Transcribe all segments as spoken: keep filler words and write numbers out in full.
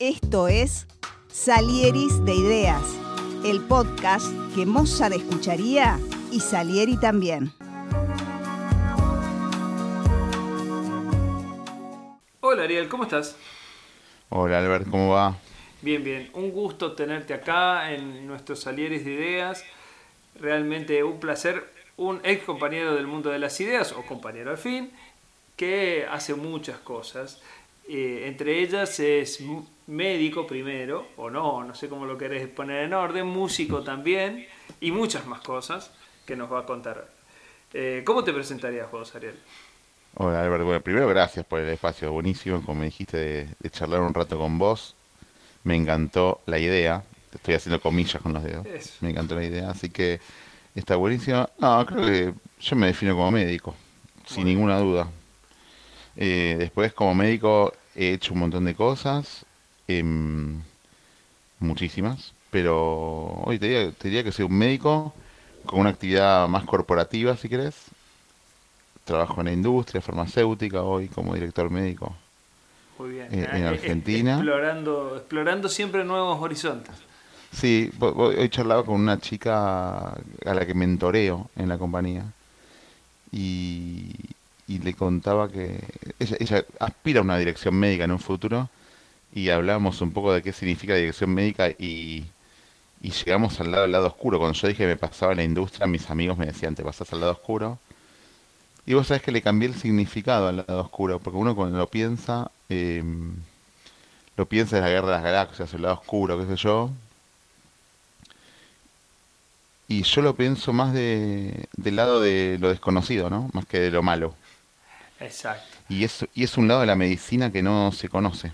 Esto es Salieris de Ideas, el podcast que Mozart escucharía y Salieri también. Hola Ariel, ¿cómo estás? Hola Albert, ¿cómo va? Bien, bien. Un gusto tenerte acá en nuestros Salieris de Ideas. Realmente un placer. Un ex compañero del mundo de las ideas, o compañero al fin, que hace muchas cosas. Eh, entre ellas es médico primero, o no, no sé cómo lo querés poner en orden, músico también, y muchas más cosas que nos va a contar. Eh, ¿Cómo te presentarías vos, Ariel? Hola Albert, bueno, primero gracias por el espacio, buenísimo, como me dijiste, de, de charlar un rato con vos. Me encantó la idea, te estoy haciendo comillas con los dedos, Eso. me encantó la idea, así que está buenísimo. No, creo que yo me defino como médico, sin Muy bien. ninguna duda. Eh, después como médico he hecho un montón de cosas, em, muchísimas, pero hoy te diría, te diría que soy un médico con una actividad más corporativa, si querés. Trabajo en la industria farmacéutica hoy como director médico Muy bien. eh, en Eh, eh, Argentina. explorando, explorando siempre nuevos horizontes. Sí, vo- vo- hoy charlaba con una chica a la que mentoreo en la compañía y, y le contaba que ella, ella aspira a una dirección médica en un futuro y hablábamos un poco de qué significa dirección médica y, y llegamos al lado, al lado oscuro. Cuando yo dije que me pasaba en la industria, mis amigos me decían, ¿te pasas al lado oscuro? Y vos sabés que le cambié el significado al lado oscuro, porque uno cuando lo piensa, eh, lo piensa en la guerra de las galaxias, el lado oscuro, qué sé yo, y yo lo pienso más de, del lado de lo desconocido, ¿no? Más que de lo malo. Exacto. Y es, y es un lado de la medicina que no se conoce.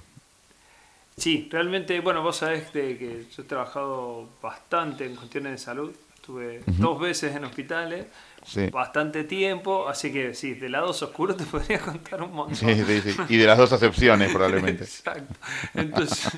Sí, realmente, bueno, vos sabés de que yo he trabajado bastante en cuestiones de salud. Estuve Ujú. dos veces en hospitales, Sí, bastante tiempo, así que sí, de lados oscuros te podría contar un montón. sí, sí, sí. Y de las dos acepciones, probablemente. Exacto. Entonces,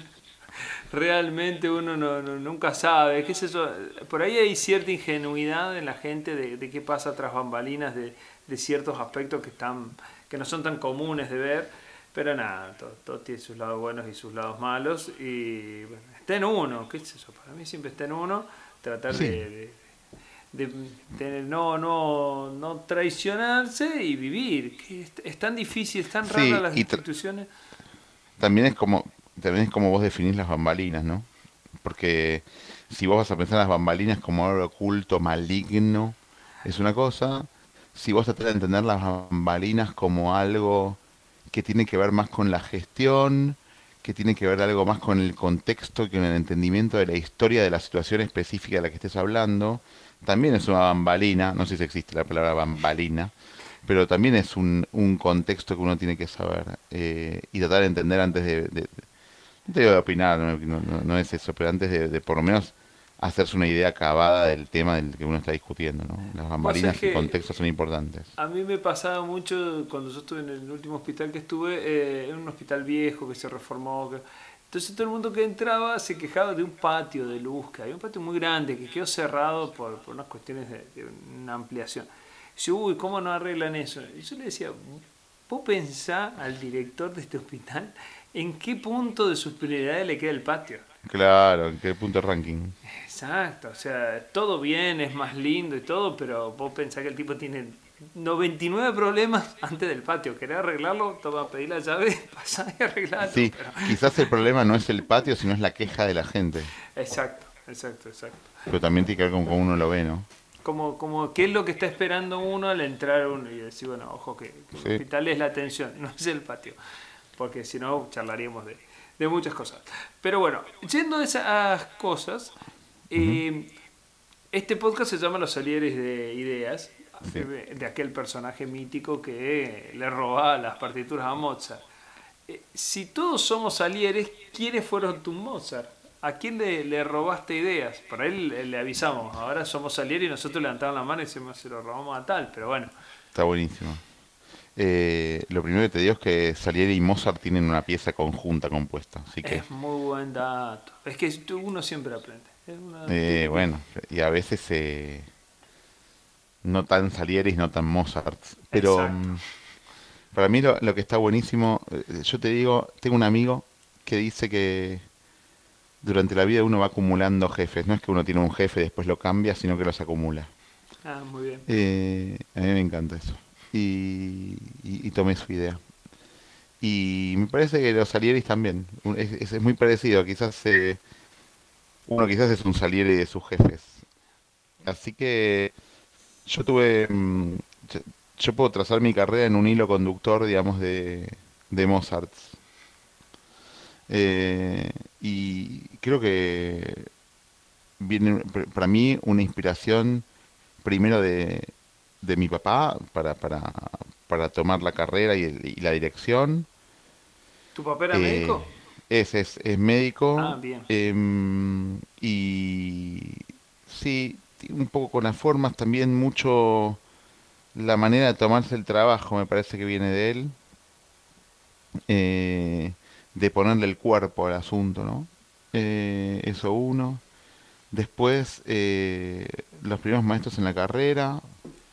realmente uno no, no- nunca sabe, qué sé yo. Por ahí hay cierta ingenuidad en la gente de, de qué pasa tras bambalinas de, de ciertos aspectos que están, que no son tan comunes de ver. Pero nada, todo, todo tiene sus lados buenos y sus lados malos. Y bueno, está en uno, qué sé yo, para mí siempre está en uno tratar Sí, de, de- de- de no, no, no traicionarse y vivir. Que es, es tan difícil, es tan rara sí. las Y tr- instituciones. también es como, también es como vos definís las bambalinas, ¿no? Porque si vos vas a pensar en las bambalinas como algo oculto, maligno, es una cosa. Si vos tratás de entender las bambalinas como algo que tiene que ver más con la gestión, que tiene que ver algo más con el contexto, que con el entendimiento de la historia de la situación específica de la que estés hablando, también es una bambalina, no sé si existe la palabra bambalina, pero también es un, un contexto que uno tiene que saber eh, y tratar de entender antes de, de, de opinar, no, no- no- no es eso, pero antes de, de por lo menos hacerse una idea acabada del tema del que uno está discutiendo, ¿no? Las Vos sabés bambalinas y que contextos son importantes. a mí me pasaba mucho cuando yo estuve en el último hospital que estuve, eh, en un hospital viejo que se reformó. que- Entonces todo el mundo que entraba se quejaba de un patio de luz, que había un patio muy grande que quedó cerrado por, por unas cuestiones de, de una ampliación. Y dice, uy, ¿cómo no arreglan eso? Y yo le decía, vos pensá al director de este hospital en qué punto de sus prioridades le queda el patio. Claro, ¿en qué punto de ranking? Exacto, o sea, todo bien, es más lindo y todo, pero vos pensás que el tipo tiene noventa y nueve problemas antes del patio. ¿Querés arreglarlo? Toma, pedí la llave, pasá y arreglalo. Sí, Pero... quizás el problema no es el patio, sino es la queja de la gente. Exacto, exacto, exacto. Pero también tiene que ver con cómo uno lo ve, ¿no? Como, como, ¿qué es lo que está esperando uno al entrar uno? Y decir, bueno, ojo, que, que el Sí. hospital es la atención, no es el patio. Porque si no, charlaríamos de, de muchas cosas. Pero bueno, yendo a esas cosas, Ujú. eh, este podcast se llama Los Salieres de Ideas, Sí. de, de aquel personaje mítico que le robaba las partituras a Mozart. Eh, si todos somos Salieres, ¿quiénes fueron tus Mozart? ¿A quién le, le robaste ideas? Por ahí le, le avisamos, ahora somos Salieri y nosotros levantamos la mano y decimos, se lo robamos a tal, pero bueno, Está buenísimo. Eh, lo primero que te digo es que Salieri y Mozart tienen una pieza conjunta compuesta, así que, es muy buen dato. Es que tú- uno siempre aprende. Es una- eh, bueno, y a veces eh, no tan Salieris, no tan Mozart. Pero Exacto. mm, para mí lo, lo que está buenísimo, eh, yo te digo, tengo un amigo que dice que durante la vida uno va acumulando jefes. No es que uno tiene un jefe y después lo cambia, sino que los acumula. Ah, muy bien. Eh, a mí me encanta eso. Y, y- y tomé su idea. Y me parece que los Salieris también. Un- Es, es- es muy parecido. Quizás eh, uno quizás es un Salieri de sus jefes. Así que yo tuve... mm, yo, yo puedo trazar mi carrera en un hilo conductor, digamos, de, de Mozart. Eh, y creo que viene pr- para mí una inspiración primero de, de mi papá para, para, para tomar la carrera y, el- y la dirección. ¿Tu papá era Eh, médico? es, es, es Ah, médico, bien. em, y sí, tiene un poco con las formas, también mucho la manera de tomarse el trabajo me parece que viene de él, eh, de ponerle el cuerpo al asunto, ¿no? Eh, eso uno. Después, eh, los primeros maestros en la carrera,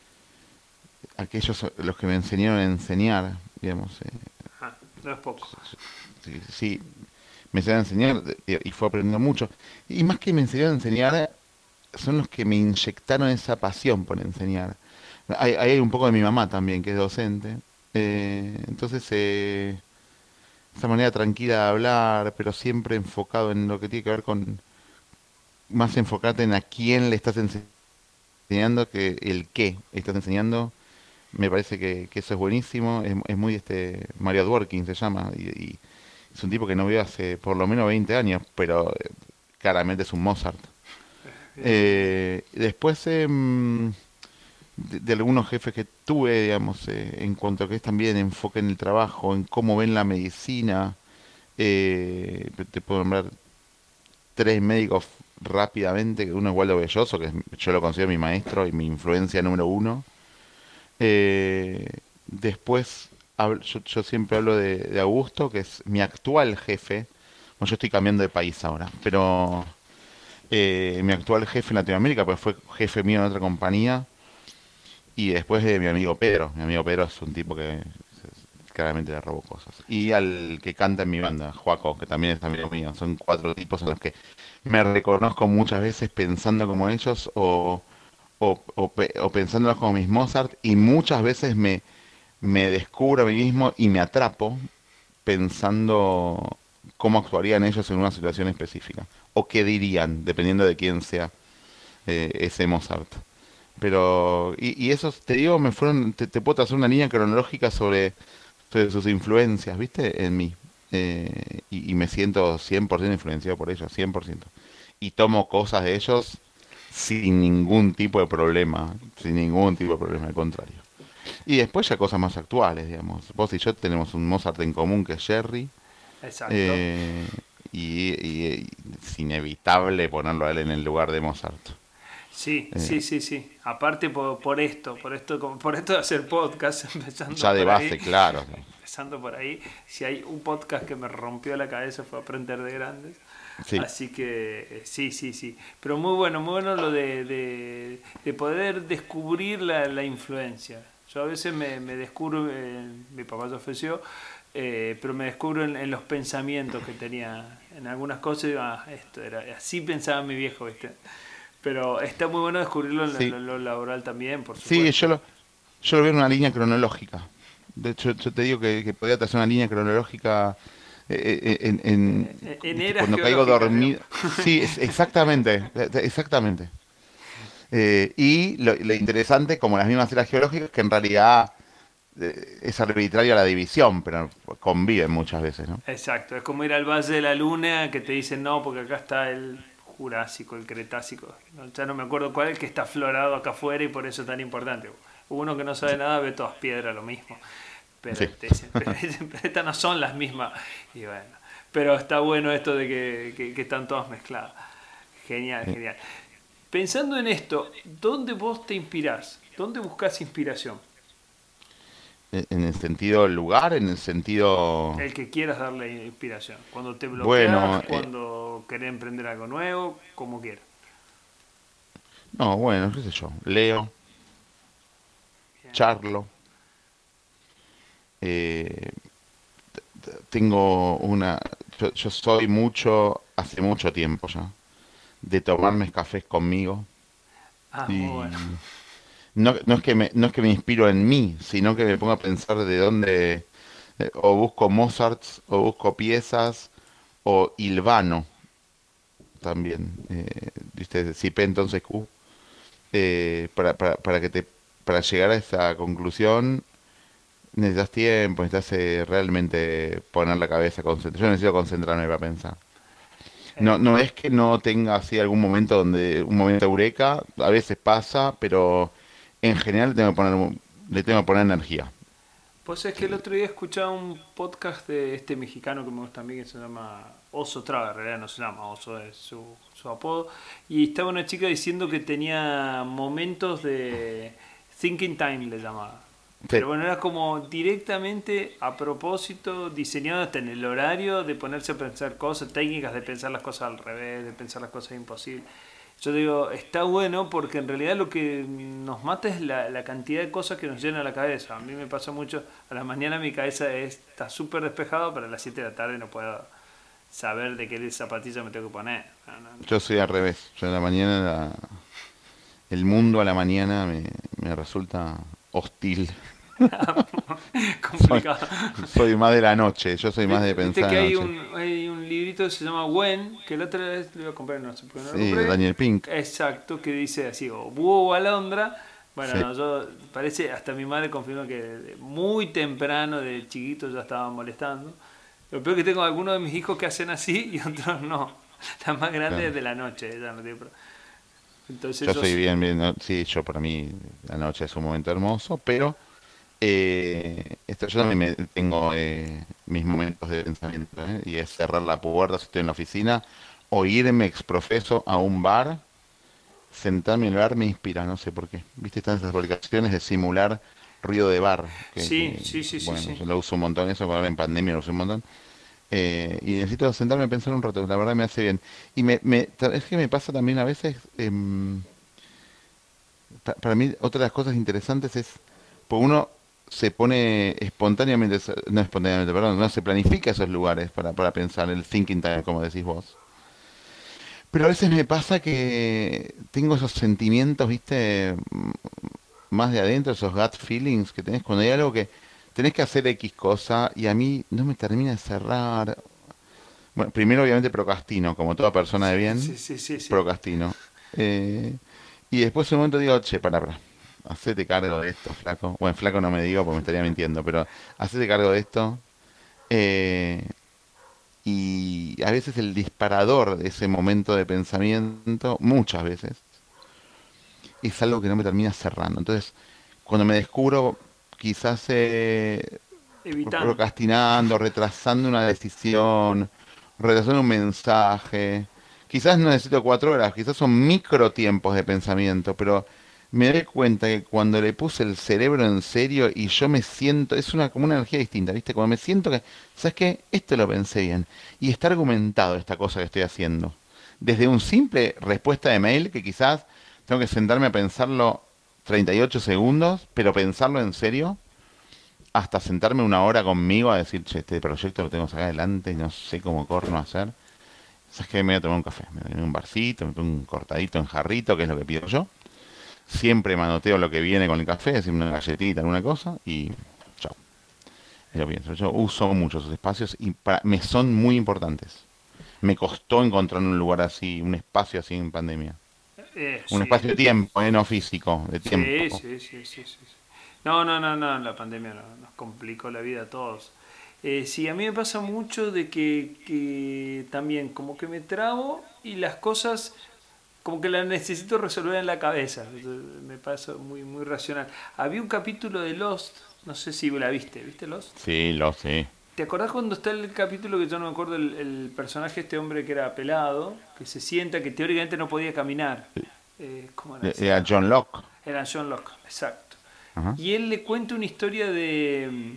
aquellos los que me enseñaron a enseñar, digamos, eh, Ajá, no es poco. sí, sí, me enseñaron a enseñar eh, y fue aprendiendo mucho. Y más que me enseñaron a enseñar, son los que me inyectaron esa pasión por enseñar. Hay, hay un poco de mi mamá también, que es docente. Eh, entonces, eh, esa manera tranquila de hablar, pero siempre enfocado en lo que tiene que ver con, más enfocarte en a quién le estás enseñando que el qué estás enseñando. Me parece que, que eso es buenísimo. Es, es muy este Mario Dworkin se llama. Y, y es un tipo que no veo hace por lo menos veinte años, pero eh, claramente es un Mozart. Bien, bien, bien. Eh, después, em, de, de algunos jefes que tuve, digamos, eh, en cuanto a que es también enfoque en el trabajo, en cómo ven la medicina, eh, te puedo nombrar tres médicos rápidamente, que uno es Waldo Belloso, que es- yo lo considero mi maestro y mi influencia número uno. Eh, Después, hablo- yo, yo siempre hablo de, de Augusto, que es mi actual jefe. Bueno, yo estoy cambiando de país ahora, pero eh, mi actual jefe en Latinoamérica, pues fue jefe mío en otra compañía. Y después de mi amigo Pedro. Mi amigo Pedro es un tipo que claramente le robo cosas. Y al que canta en mi banda, Joaco, que también es amigo mío. Son cuatro tipos a los que me reconozco muchas veces pensando como ellos o, o, o, pe- o pensándolos como mis Mozart, y muchas veces me, me descubro a mí mismo y me atrapo pensando cómo actuarían ellos en una situación específica o qué dirían, dependiendo de quién sea eh, ese Mozart. Pero, y, y esos, te digo, me fueron, te, te puedo trazar una línea cronológica sobre, sobre sus influencias, ¿viste? En mí. Eh, y, y me siento cien por ciento influenciado por ellos, cien por ciento. Y tomo cosas de ellos sin ningún tipo de problema, sin ningún tipo de problema, al contrario. Y después ya cosas más actuales, digamos. Vos y yo tenemos un Mozart en común que es Jerry, Exacto. eh, y, y- y es inevitable ponerlo a él en el lugar de Mozart. Sí, Eh, sí, sí, sí. Aparte por, por esto, por esto, como- por esto de hacer podcast, empezando ya de por ahí, base, claro. empezando por ahí. Si hay un podcast que me rompió la cabeza fue Aprender de Grandes. Sí, Así que eh, sí, sí, sí. Pero muy bueno, muy bueno lo de, de, de poder descubrir la, la influencia. Yo a veces me, me descubro, eh, mi papá se ofreció, eh, pero me descubro en, en los pensamientos que tenía. En algunas cosas, digo, ah, esto era, así pensaba mi viejo, ¿viste? Pero está muy bueno descubrirlo en lo, sí. lo- lo laboral también, por Sí, yo supuesto. lo, yo lo veo en una línea cronológica. De hecho, yo te digo que, que podría trazar una línea cronológica eh, eh, en, en- Eh, En ¿viste? eras Cuando caigo geológicas, digamos. dormido. Sí, es- exactamente, eh, exactamente. Eh, y lo, lo interesante, como las mismas eras geológicas, que en realidad eh, es arbitraria la división, pero conviven muchas veces, ¿no? Exacto, es como ir al Valle de la Luna que te dicen no, porque acá está el Jurásico, el Cretácico, no, ya no me acuerdo cuál, el que está aflorado acá afuera y por eso es tan importante. Uno que no sabe nada ve todas piedras, lo mismo, pero Sí. te dicen, pero, pero estas no son las mismas. Y bueno, pero está bueno esto de que, que, que están todas mezcladas. Genial, Sí. genial. Pensando en esto, ¿dónde vos te inspirás? ¿Dónde buscas inspiración? En en el sentido lugar, en el sentido... El que quieras darle inspiración. Cuando te bloqueas, Bueno, eh, cuando querés emprender algo nuevo, como quieras. no, bueno, qué sé yo. Leo, Bien. charlo. eh, Tengo una... yo, yo soy mucho, hace mucho tiempo ya, de tomarme cafés conmigo. Ah, muy Y bueno. no, no es que me, no es que me inspiro en mí, sino que me pongo a pensar de dónde, eh, o busco Mozarts, o busco piezas, o hilvano también, eh, ¿viste? Si P entonces Q, eh, para, para, para que te, para llegar a esa conclusión necesitas tiempo, necesitas eh, realmente poner la cabeza, concentrar. Yo necesito concentrarme para pensar. No, Eh, no es que no tenga así algún momento donde, un momento eureka, a veces pasa, pero en general tengo que poner, le tengo que poner energía. Pues es que el otro día escuchaba un podcast de este mexicano que me gusta a mí que se llama Oso Traga, en realidad no se llama Oso, es su, su apodo. Y estaba una chica diciendo que tenía momentos de thinking time, le llamaba. Sí, Pero bueno, era como directamente a propósito, diseñado hasta en el horario de ponerse a pensar cosas, técnicas de pensar las cosas al revés, de pensar las cosas imposibles. Yo digo, está bueno porque en realidad lo que nos mata es la, la cantidad de cosas que nos llena la cabeza. A mí me pasa mucho, a la mañana mi cabeza es- está súper despejada, pero a las siete de la tarde no puedo saber de qué zapatilla me tengo que poner. No, no, no. yo soy al revés. Yo en la mañana, la- el mundo a la mañana me, me resulta hostil. Soy, Complicado. soy más de la noche, yo soy más Vi- de Viste pensar que de hay noche. un, hay un librito que se llama When, que la otra vez lo iba a comprar, no sé por qué no lo Sí, de compré. Daniel Pink. Exacto, que dice así, o búho o alondra. Bueno, Sí. no, yo, parece, hasta mi madre confirmó que de- muy temprano, de chiquito, ya estaba molestando. Lo peor que tengo algunos de mis hijos que hacen así y otros no. La más grande Claro. es de la noche, ella no tiene pro- Entonces Yo yo, soy bien, bien, no, sí, yo para mí la noche es un momento hermoso, pero eh, esto, yo también me- tengo eh, mis momentos de pensamiento, ¿eh? Y es cerrar la puerta si estoy en la oficina, o irme exprofeso a un bar, sentarme en el bar me inspira, no sé por qué. ¿Viste? Están esas aplicaciones de simular ruido de bar, que, sí, que, sí, sí, sí, bueno, sí. yo lo uso un montón, eso ahora en pandemia lo uso un montón. Eh, y necesito sentarme a pensar un rato, la verdad me hace bien. Y me, me, es que me pasa también a veces, em, pa- para mí, otra de las cosas interesantes es, pues uno se pone espontáneamente, no espontáneamente, perdón, no se planifica esos lugares para, para pensar, el thinking time, como decís vos. Pero a veces me pasa que tengo esos sentimientos, viste, m- más de adentro, esos gut feelings que tenés cuando hay algo que tenés que hacer X cosa y a mí no me termina de cerrar. Bueno, primero obviamente procrastino, como toda persona de Sí, bien, sí, sí, sí. procrastino. Eh, y después en un momento digo, che, para, para, hacete cargo de esto, flaco. Bueno, flaco no me digo porque me estaría mintiendo, pero hacete cargo de esto. Eh, y a veces el disparador de ese momento de pensamiento, muchas veces, es algo que no me termina cerrando. Entonces, cuando me descubro quizás eh, Evitando. procrastinando, retrasando una decisión, retrasando un mensaje. Quizás no necesito cuatro horas, quizás son micro tiempos de pensamiento, pero me doy cuenta que cuando le puse el cerebro en serio y yo me siento, es una como una energía distinta, ¿viste? Cuando me siento que, ¿sabes qué? Esto lo pensé bien y está argumentado esta cosa que estoy haciendo. Desde un simple respuesta de mail que quizás tengo que sentarme a pensarlo treinta y ocho segundos, pero pensarlo en serio hasta sentarme una hora conmigo a decir, che, este proyecto lo tengo que sacar adelante y no sé cómo corno hacer. ¿Sabes qué? Me voy a tomar un café, me doy un barcito, me pongo un cortadito en jarrito, que es lo que pido yo. Siempre manoteo lo que viene con el café, decir una galletita, alguna cosa, y chao. Y lo pienso. Yo uso mucho esos espacios y para, me son muy importantes. Me costó encontrar un lugar así, un espacio así en pandemia. Eh, Un sí, espacio de tiempo, eh, no físico, de sí, tiempo. sí, sí, sí, sí. Sí. No, no, no, no, la pandemia no- nos complicó la vida a todos. Eh, sí, a mí me pasa mucho de que, que también como que me trabo y las cosas como que las necesito resolver en la cabeza. Me pasa muy, muy racional. Había un capítulo de Lost, no sé si la viste, ¿viste Lost? Sí, lo sé. ¿Te acordás cuando está el capítulo que yo no me acuerdo el, el personaje, este hombre que era pelado, que se sienta, que teóricamente no podía caminar? Eh, ¿cómo era? Se Era llama? John Locke. Era John Locke, exacto. Ajá. Y él le cuenta una historia de... mm,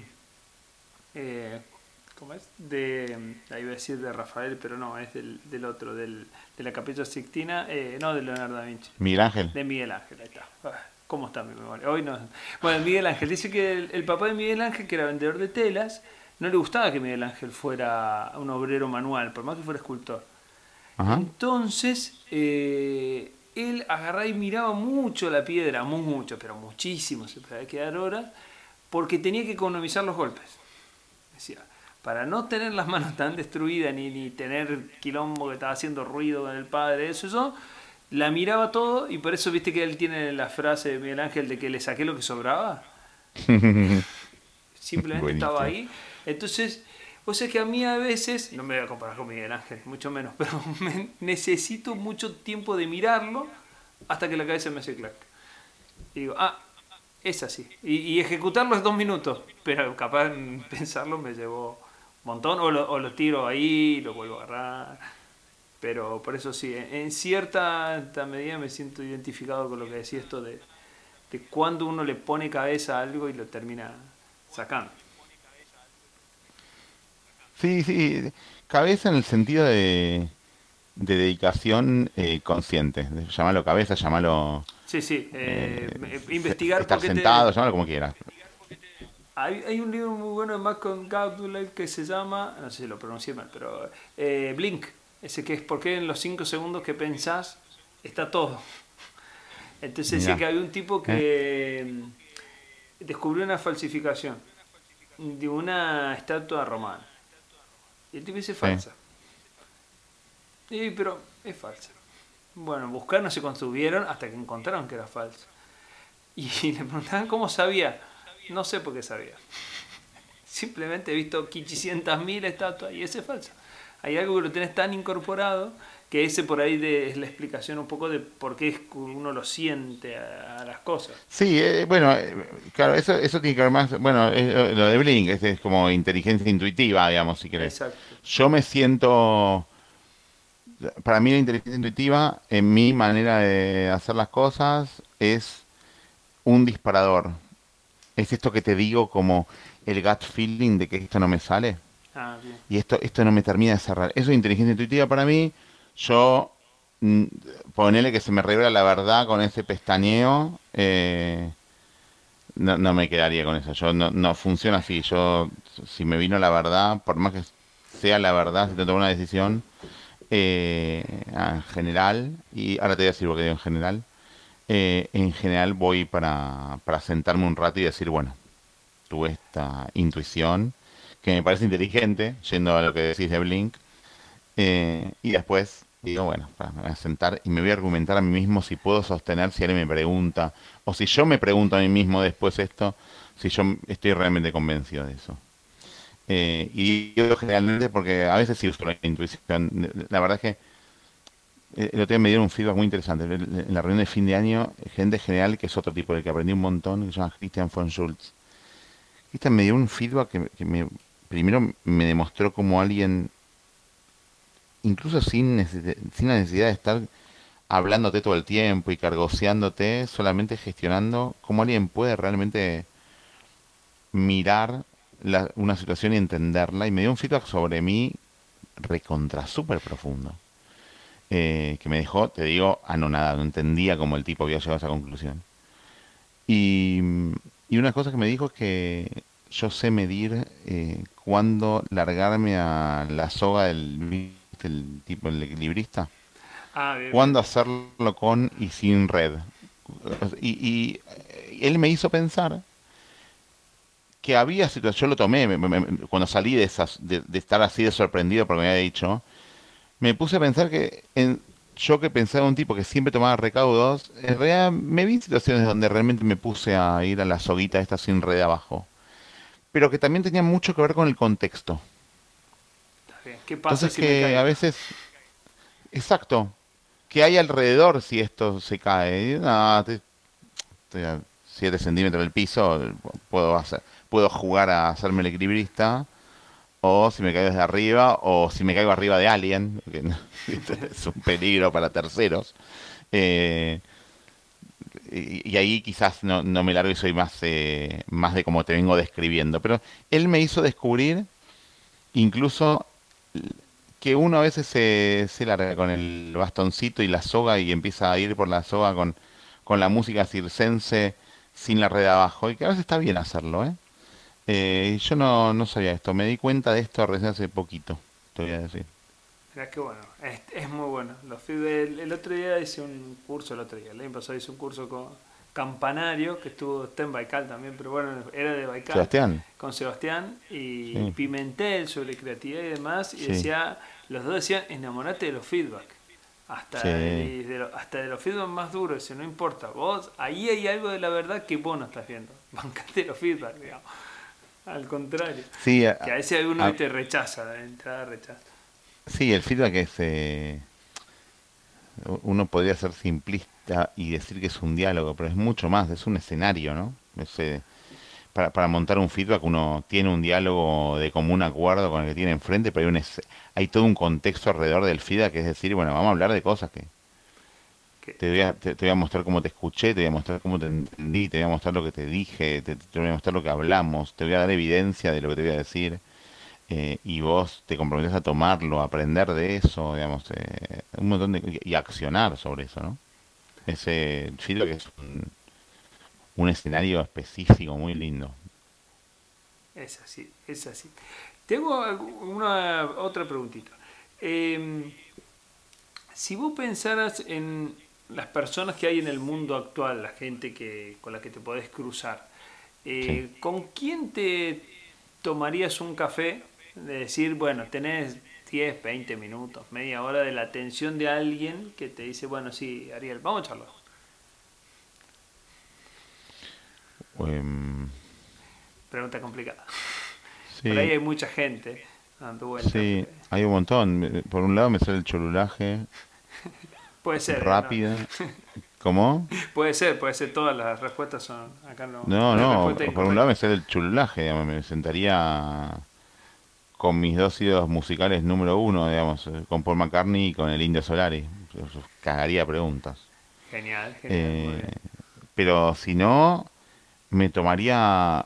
eh, ¿cómo es? De... mm, ahí iba a decir de Rafael, pero no, es del, del otro, del, de la Capilla Sixtina, eh, no de Leonardo da Vinci, Miguel Ángel. de Miguel Ángel, ahí está. Ah, ¿cómo está mi memoria? Hoy no. Bueno, Miguel Ángel, dice que el, el papá de Miguel Ángel, que era vendedor de telas, no le gustaba que Miguel Ángel fuera un obrero manual, por más que fuera escultor. Ajá. Entonces, eh, él agarraba y miraba mucho la piedra, mucho, pero muchísimo, se podía quedar horas, porque tenía que economizar los golpes. Decía, para no tener las manos tan destruidas, ni, ni tener quilombo que estaba haciendo ruido con el padre, eso, eso, la miraba todo, y por eso viste que él tiene la frase de Miguel Ángel de que le saqué lo que sobraba. Simplemente Buenísimo. estaba ahí. Entonces, o sea que a mí a veces, no me voy a comparar con Miguel Ángel, mucho menos, pero me, necesito mucho tiempo de mirarlo hasta que la cabeza me hace clac. Y digo, ah, es así. Y, y ejecutarlo es dos minutos, pero capaz en pensarlo me llevó un montón, o lo, o lo tiro ahí, lo vuelvo a agarrar. Pero por eso sí, en, en cierta medida me siento identificado con lo que decía esto de, de cuando uno le pone cabeza a algo y lo termina sacando. Sí, sí, cabeza en el sentido de, de dedicación eh, consciente. Llámalo cabeza, llámalo Sí, sí, eh, eh, se- investigar estar por qué te... sentado, llámalo como quieras. Hay, hay un libro muy bueno de Malcolm Gladwell que se llama, no sé si lo pronuncié mal, pero eh, Blink, ese que es por qué en los cinco segundos que pensás está todo. Entonces decía Mirá, que había un tipo ¿eh? que mm, descubrió una falsificación de una estatua romana. Y el tipo dice Sí. falsa. Y, pero es falsa. Bueno, buscaron, se construyeron hasta que encontraron que era falsa. Y le preguntaban cómo sabía. No sé por qué sabía. Simplemente he visto quinientas mil estatuas y ese es falso. Hay algo que lo tenés tan incorporado que ese por ahí de, es la explicación un poco de por qué es que uno lo siente a, a las cosas. Sí, eh, bueno, eh, claro, eso, eso tiene que ver más, bueno, eh, lo de Blink, es, es como inteligencia intuitiva, digamos, si querés. Exacto. Yo me siento, para mí la inteligencia intuitiva, en mi manera de hacer las cosas, es un disparador. Es esto que te digo como el gut feeling de que esto no me sale Ah, bien. y esto, esto no me termina de cerrar. Eso es inteligencia intuitiva para mí. Yo, mm, ponele que se me revela la verdad con ese pestañeo, eh, no, no me quedaría con eso. Yo no, no funciona así. Yo, si me vino la verdad, por más que sea la verdad, si tengo que tomar una decisión, eh, en general, y ahora te voy a decir lo que digo en general, eh, en general voy para, para sentarme un rato y decir, bueno, tuve esta intuición que me parece inteligente, yendo a lo que decís de Blink, eh, y después digo, bueno, pa, me voy a sentar y me voy a argumentar a mí mismo si puedo sostener si alguien me pregunta, o si yo me pregunto a mí mismo después esto, si yo estoy realmente convencido de eso. Eh, y yo generalmente, porque a veces sí uso la intuición, la verdad es que eh, el otro día me dieron un feedback muy interesante. En la reunión de fin de año, gente general, que es otro tipo del que aprendí un montón, que se llama Christian von Schultz. Christian me dio un feedback que, que me, primero me demostró como alguien, incluso sin, necesi- sin la necesidad de estar hablándote todo el tiempo y cargoseándote, solamente gestionando, cómo alguien puede realmente mirar la- una situación y entenderla. Y me dio un feedback sobre mí recontra súper profundo. Eh, que me dejó, te digo, anonadado. No entendía cómo el tipo había llegado a esa conclusión. Y, y una cosa que me dijo es que yo sé medir eh, cuándo largarme a la soga del, ¿viste? El tipo, el equilibrista. Ah, bien, bien. Cuándo hacerlo con y sin red. Y, y eh, él me hizo pensar que había situaciones, yo lo tomé me- me- me- cuando salí de, esas, de, de estar así de sorprendido porque me había dicho, me puse a pensar que en, yo que pensaba un tipo que siempre tomaba recaudos, en realidad me vi en situaciones donde realmente me puse a ir a la soguita esta sin red abajo, pero que también tenía mucho que ver con el contexto. Está bien. ¿Qué pasa Entonces si me que a caigo? veces, exacto, que hay alrededor si esto se cae. Y, no, te- estoy a siete centímetros del piso, puedo hacer, puedo jugar a hacerme el equilibrista. O si me caigo desde arriba, o si me caigo arriba de alguien, que no- es un peligro para terceros. Eh, y, y ahí quizás no, no me largo y soy más, eh, más de como te vengo describiendo. Pero él me hizo descubrir incluso que uno a veces se, se larga con el bastoncito y la soga y empieza a ir por la soga con, con la música circense sin la red abajo. Y que a veces está bien hacerlo, ¿eh? Eh, yo no, no sabía esto, me di cuenta de esto recién hace poquito, te voy a decir. Mirá que bueno, es, es muy bueno. Los feedback, el, el otro día hice un curso, el otro día, el año pasado hice un curso con Campanario, que estuvo, está en Baikal también, pero bueno, era de Baikal, Sebastián, con Sebastián y sí, Pimentel sobre creatividad y demás, y sí, decía, los dos decían, enamorate de los feedback, hasta, sí, y de lo- hasta de los feedback más duros, dice, no importa, vos, ahí hay algo de la verdad que vos no estás viendo, bancate los feedback, digamos, al contrario, sí, que a- a veces uno a- te rechaza, de entrada rechaza. sí, el feedback es, eh, uno podría ser simplista y decir que es un diálogo, pero es mucho más, es un escenario, ¿no? Es, eh, para, para montar un feedback uno tiene un diálogo de común acuerdo con el que tiene enfrente, pero hay, un es- hay todo un contexto alrededor del feedback, es decir, bueno, vamos a hablar de cosas que Que, te voy a, te, te voy a mostrar cómo te escuché, te voy a mostrar cómo te entendí, te voy a mostrar lo que te dije, te, te voy a mostrar lo que hablamos, te voy a dar evidencia de lo que te voy a decir, eh, y vos te comprometes a tomarlo, a aprender de eso, digamos, eh, un montón de, y accionar sobre eso, ¿no? Ese feedback es un, un escenario específico muy lindo. Es así, es así. Tengo algu- una otra preguntita. Eh, si vos pensaras en las personas que hay en el mundo actual, la gente que, con la que te podés cruzar, Sí. eh, ¿con quién te tomarías un café? De decir, bueno, tenés diez, veinte minutos, media hora de la atención de alguien que te dice, bueno, sí, Ariel, vamos a charlar. Em, Pregunta complicada. Por ahí sí, hay mucha gente dando vueltas. sí, hay un montón. Eh, Por un lado me sale el cholulaje, Puede ser, ¿eh? No. rápida. ¿Cómo? Puede ser, puede ser, todas las respuestas son, acá no, No, no hay no, respuesta por un lado incorrecta. me sale el chululaje, digamos, me sentaría con mis dos ídolos musicales número uno, digamos, eh, con Paul McCartney y con el Indio Solari. Yo- yo Cagaría preguntas. Genial, genial, muy Eh, bien. pero si no, me tomaría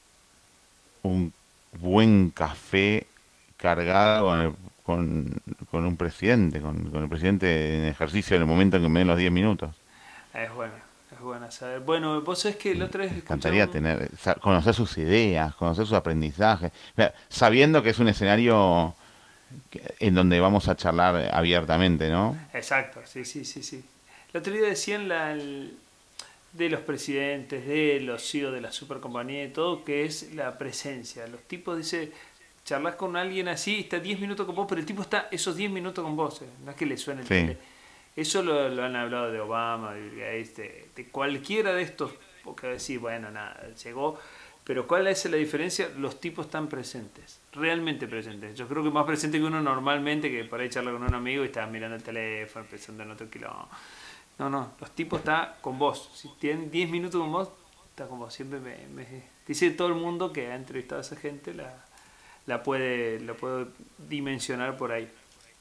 un buen café cargado con, el- con, con un presidente, con, con el presidente en ejercicio en el momento en que me den los diez minutos. Es bueno, es bueno saber. Bueno, vos sabés que la otra vez Me escuché encantaría un... tener, sa- conocer sus ideas, conocer sus aprendizajes, o sea, sabiendo que es un escenario que- en donde vamos a charlar abiertamente, ¿no? Exacto, sí, sí, sí, sí. La otro día decían la, el- de los presidentes, de los C E O de la supercompañía y todo, que es la presencia. Los tipos, dice, charlas con alguien así, está diez minutos con vos, pero el tipo está esos diez minutos con vos, eh, no es que le suene el Sí, tele. Eso lo, lo han hablado de Obama, de Bill Gates, de, de cualquiera de estos, porque decir, bueno, nada, llegó, pero ¿cuál es la diferencia? Los tipos están presentes, realmente presentes. Yo creo que más presente que uno normalmente, que por ahí charla con un amigo y está mirando el teléfono, pensando en otro kilómetro. No, no, los tipos están con vos. Si tienen diez minutos con vos, está con vos. Siempre me, me dice todo el mundo que ha entrevistado a esa gente, la, la puede, la puedo dimensionar por ahí.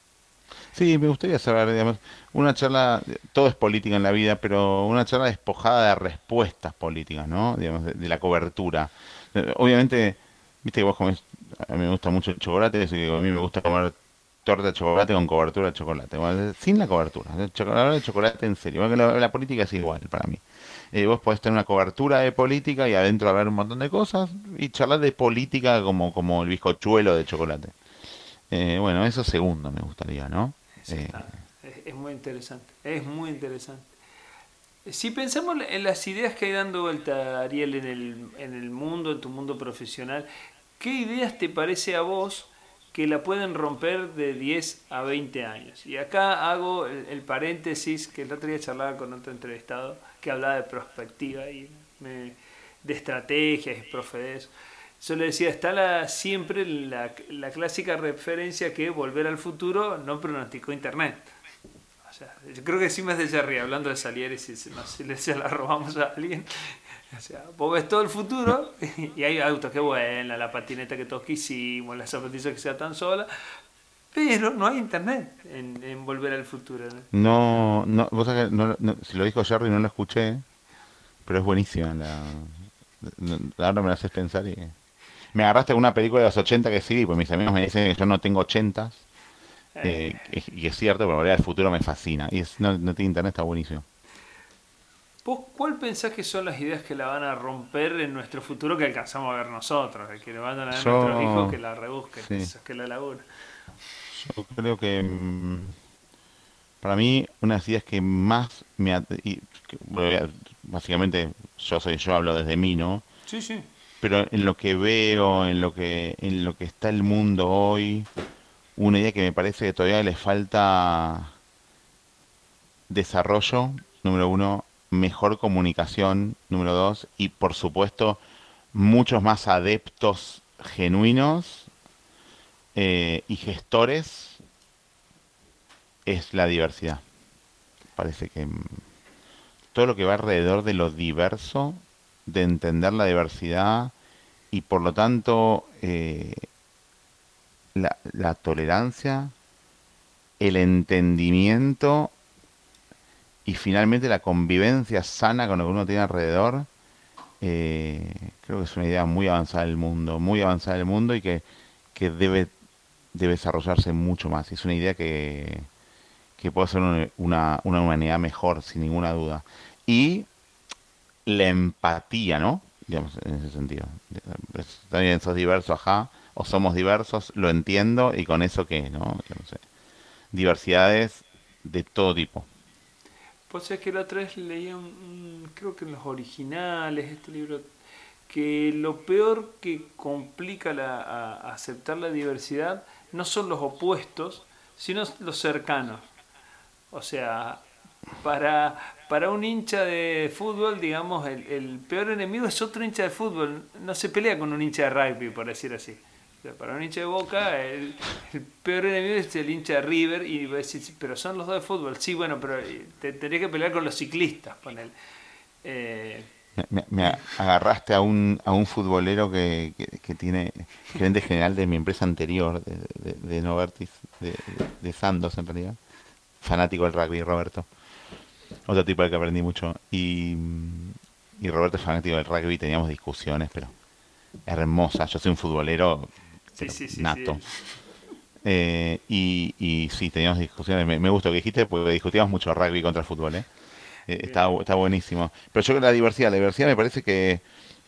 sí, me gustaría saber, digamos, una charla, todo es política en la vida, pero una charla despojada de respuestas políticas, ¿no? Digamos, de, de la cobertura. Eh, Obviamente, viste que vos comés, a mí me gusta mucho el chocolate, así que a mí me gusta comer torta de chocolate con cobertura de chocolate, bueno, sin la cobertura, el chocolate, de chocolate en serio, bueno, que la, la política es igual para mí. Eh, vos podés tener una cobertura de política y adentro haber un montón de cosas y charlar de política como, como el bizcochuelo de chocolate. Eh, bueno, eso segundo me gustaría, ¿no? Eso Eh, está, es, es muy interesante, es muy interesante. Si pensamos en las ideas que hay dando vuelta, Ariel, en el, en el mundo, en tu mundo profesional, ¿qué ideas te parece a vos que la pueden romper de diez a veinte años? Y acá hago el, el paréntesis, que el otro día charlaba con otro entrevistado que hablaba de perspectiva y me- de estrategias y profe de eso. Yo le decía, está la, siempre la, la clásica referencia que Volver al Futuro no pronosticó Internet. O sea, yo creo que sí me hace Jerry hablando de Salieri, si, si, no, si le se la robamos a alguien. O sea, vos ves todo el futuro y hay autos, qué buena, la patineta que todos quisimos, las zapatillas que sea tan sola, pero no hay internet en, en Volver al Futuro, ¿no? no, no, vos sabés que no, no- si lo dijo Jerry no lo escuché, pero es buenísima la, no- ahora me la haces pensar y me agarraste con una película de los ochenta que sí, pues mis amigos me dicen que yo no tengo ochentas, Eh, eh, y y es cierto, pero Volver al Futuro me fascina y es, no, no tiene internet, está buenísimo. ¿Vos cuál pensás que son las ideas que la van a romper en nuestro futuro que alcanzamos a ver nosotros? Que le vayan a ver Yo, nuestros hijos que la rebusquen, sí, esos que la laburan. yo creo que mm, para mí una de las ideas que más me... at- y que voy a- básicamente yo soy yo, hablo desde mí, ¿no? Sí, sí. Pero en lo que veo, en lo que, en lo que está el mundo hoy, una idea que me parece que todavía le falta desarrollo, número uno, mejor comunicación, número dos, y por supuesto muchos más adeptos genuinos eh, y gestores, es la diversidad. Parece que mm, todo lo que va alrededor de lo diverso, de entender la diversidad y por lo tanto eh, la, la tolerancia, el entendimiento y finalmente la convivencia sana con lo que uno tiene alrededor, eh, creo que es una idea muy avanzada del mundo, muy avanzada del mundo y que, que debe, debe desarrollarse mucho más. Y es una idea que, que puede ser una, una, una humanidad mejor, sin ninguna duda. Y la empatía, ¿no? Digamos, en ese sentido. Está bien, sos diverso, ajá, o somos diversos, lo entiendo, y con eso qué, ¿no? Yo no sé. Diversidades de todo tipo. Pues es que la otra vez leía, un, un- creo que en los originales, este libro, que lo peor que complica la, a- a aceptar la diversidad no son los opuestos, sino los cercanos. O sea, para, para un hincha de fútbol, digamos, el, el peor enemigo es otro hincha de fútbol. No se pelea con un hincha de rugby, por decir así. O sea, para un hincha de Boca, el, el peor enemigo es el hincha de River. Y va a decir, "Sí, pero son los dos de fútbol". Sí, bueno, pero eh, te tendría que pelear con los ciclistas, con el... eh, Me, me- me agarraste a un, a un futbolero que, que, que tiene gerente general de mi empresa anterior, de, de, de Novartis, de, de, de Sandoz en realidad. Fanático del rugby, Roberto. Otro tipo del que aprendí mucho. Y, y Roberto es fanático del rugby, teníamos discusiones, pero hermosa. Yo soy un futbolero, sí, pero sí, sí, sí. nato. Eh, y, y sí, teníamos discusiones. Me, me gustó lo que dijiste porque discutíamos mucho rugby contra el fútbol, ¿eh? Eh, está, Bien. está buenísimo. Pero yo creo que la diversidad, la diversidad me parece que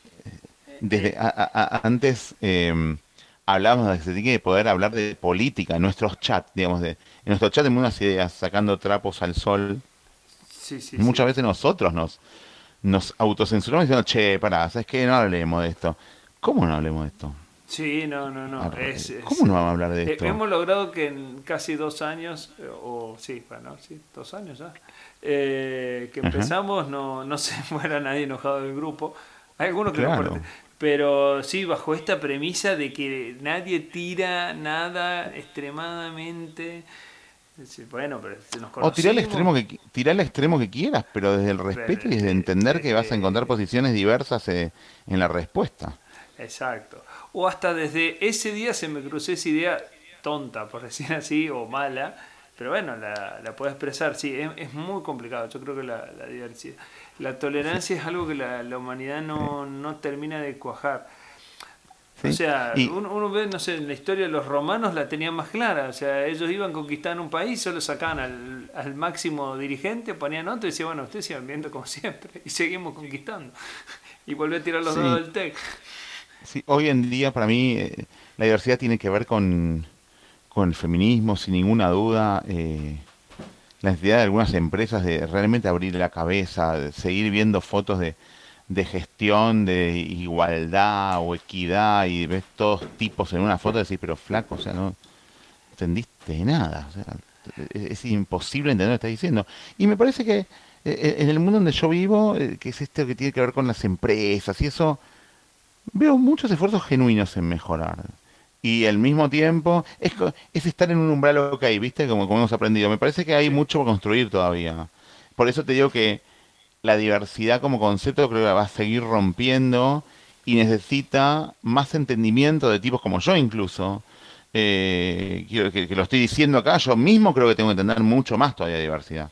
Eh, desde a- a- a- antes eh, hablábamos de que se tiene que poder hablar de política en nuestros chats, digamos, de, en nuestro chat tenemos unas ideas sacando trapos al sol. sí, sí, Muchas sí. veces nosotros nos, nos autocensuramos diciendo, che, pará, ¿sabes qué? No hablemos de esto. ¿Cómo no hablemos de esto? Sí, no, no, no. Es, Arre, es, ¿cómo no eh, vamos a hablar de eh, esto? hemos logrado que en casi dos años, eh, o sí, bueno, sí, dos años ya, eh, que Ajá, empezamos, no, no se muera nadie enojado del grupo. Hay algunos que no, por- claro. pero sí, bajo esta premisa de que nadie tira nada extremadamente. Es decir, bueno, pero si nos O tirar al conocimos. extremo que, qui- tirar al extremo que quieras, pero desde el Pero, respeto y desde eh, entender que vas a encontrar desde, posiciones diversas eh, en la respuesta. Exacto. O hasta desde ese día se me cruzó esa idea tonta, por decir así, o mala, pero bueno, la, la puedo expresar. Sí, es, es muy complicado. Yo creo que la, la diversidad. La Sí, tolerancia es algo que la, la humanidad sí, no, no termina de cuajar. O sí. sea, Y uno, uno ve, no sé, en la historia de los romanos la tenían más clara. O sea, ellos iban conquistando un país, solo sacaban al, al máximo dirigente, ponían otro y decían, bueno, ustedes sigan viendo como siempre y seguimos conquistando. Y volví a tirar los dados sí, del TEC. sí, hoy en día para mí eh, la diversidad tiene que ver con, con el feminismo, sin ninguna duda. Eh, la necesidad de algunas empresas de realmente abrir la cabeza, de seguir viendo fotos de, de gestión, de igualdad o equidad y ves todos tipos en una foto y decís, pero flaco, o sea, no entendiste nada. O sea, es, es imposible entender lo que estás diciendo. Y me parece que eh, en el mundo donde yo vivo, eh, que es este que tiene que ver con las empresas y eso, veo muchos esfuerzos genuinos en mejorar. Y al mismo tiempo es, co- es estar en un umbral ok, ¿viste? Como, como hemos aprendido. Me parece que hay Sí. mucho por construir todavía. Por eso te digo que la diversidad como concepto creo que la va a seguir rompiendo y necesita más entendimiento de tipos como yo incluso. Eh, quiero que, que lo estoy diciendo acá, yo mismo creo que tengo que entender mucho más todavía de diversidad.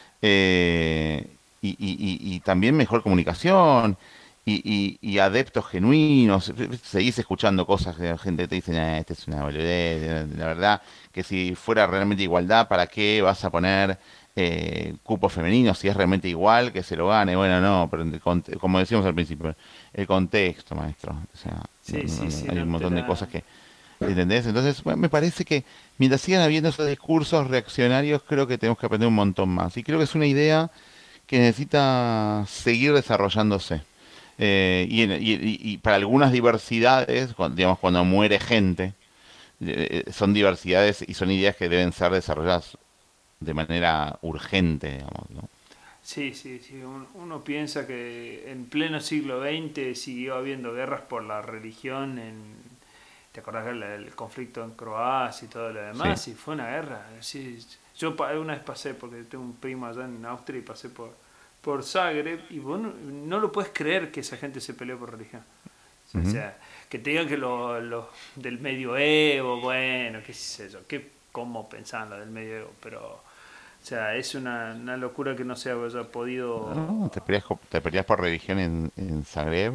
Eh, y, y- y- y también mejor comunicación y, y- y adeptos genuinos. Seguís escuchando cosas que la gente te dice, "Nah, esta es una boludez". La verdad que si fuera realmente igualdad, ¿para qué vas a poner eh, cupo femenino, si es realmente igual, que se lo gane. Bueno, no, pero el conte- como decíamos al principio, el contexto, maestro. O sea, no- Sí, no- sí, no- sí, hay no un te montón de la... cosas que... ¿Entendés? Entonces, bueno, me parece que mientras sigan habiendo esos discursos reaccionarios, creo que tenemos que aprender un montón más. Y creo que es una idea que necesita seguir desarrollándose. Eh, y, en- y- y- y para algunas diversidades, cuando, digamos, cuando muere gente, eh, eh, son diversidades y son ideas que deben ser desarrolladas de manera urgente, digamos, ¿no? Sí, sí, sí. Uno, uno piensa que en pleno siglo veinte siguió habiendo guerras por la religión en... ¿Te acordás del el conflicto en Croacia y todo lo Sí. demás? Y fue una guerra. Sí, yo pa- una vez pasé, porque tengo un primo allá en Austria y pasé por, por Zagreb y vos no, no lo puedes creer que esa gente se peleó por religión. O Ujú. sea, que te digan que lo, lo del medioevo, bueno, qué sé yo, qué, cómo pensaban lo del medioevo, pero, o sea, es una, una locura que no se haya podido... No, ¿te peleas, co- te peleas por religión en, en Zagreb?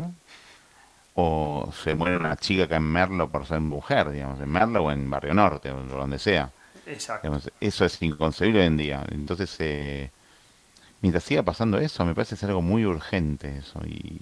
¿O se muere una chica acá en Merlo por ser mujer, digamos, en Merlo o en Barrio Norte, o donde sea? Exacto. Digamos, eso es inconcebible hoy en día. Entonces, eh, mientras siga pasando eso, me parece ser algo muy urgente eso. Y,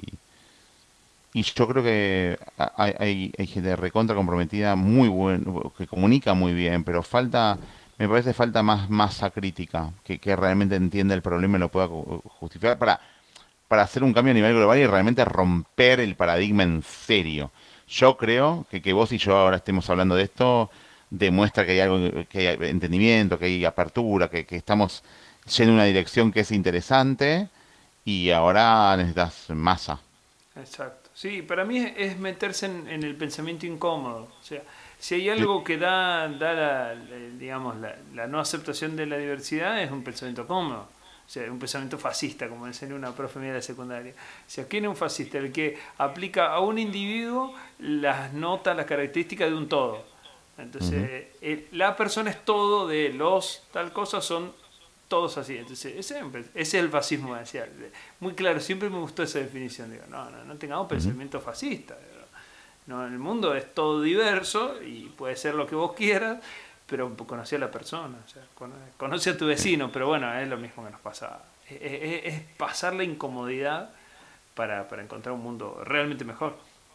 y yo creo que ha- hay, hay, hay gente recontra comprometida, muy bueno, que comunica muy bien, pero falta, me parece falta más masa crítica, que, que realmente entienda el problema y lo pueda ju- justificar para, para hacer un cambio a nivel global y realmente romper el paradigma en serio. Yo creo que que vos y yo ahora estemos hablando de esto demuestra que hay algo, que hay entendimiento, que hay apertura, que, que estamos yendo en una dirección que es interesante y ahora necesitas masa. Exacto. Sí, para mí es, es meterse en, en el pensamiento incómodo. O sea, si hay Sí. algo que da, da la, la- digamos, la, la no aceptación de la diversidad, es un pensamiento cómodo. O sea, un pensamiento fascista, como enseñó una profe mía de secundaria. O sea, ¿quién es un fascista? El que aplica a un individuo las notas, las características de un todo. Ujú. Entonces, eh, la persona es todo de los tal cosa, son todos así. Entonces, ese, ese es el fascismo, decía. Muy claro, siempre me gustó esa definición. Digo, no, no, no tengamos Ujú. pensamiento fascista. Digo, no, el mundo es todo diverso y puede ser lo que vos quieras, pero conocí a la persona, o sea, conoce a tu vecino, pero bueno, es lo mismo que nos pasa. Es, es- es pasar la incomodidad para, para encontrar un mundo realmente mejor.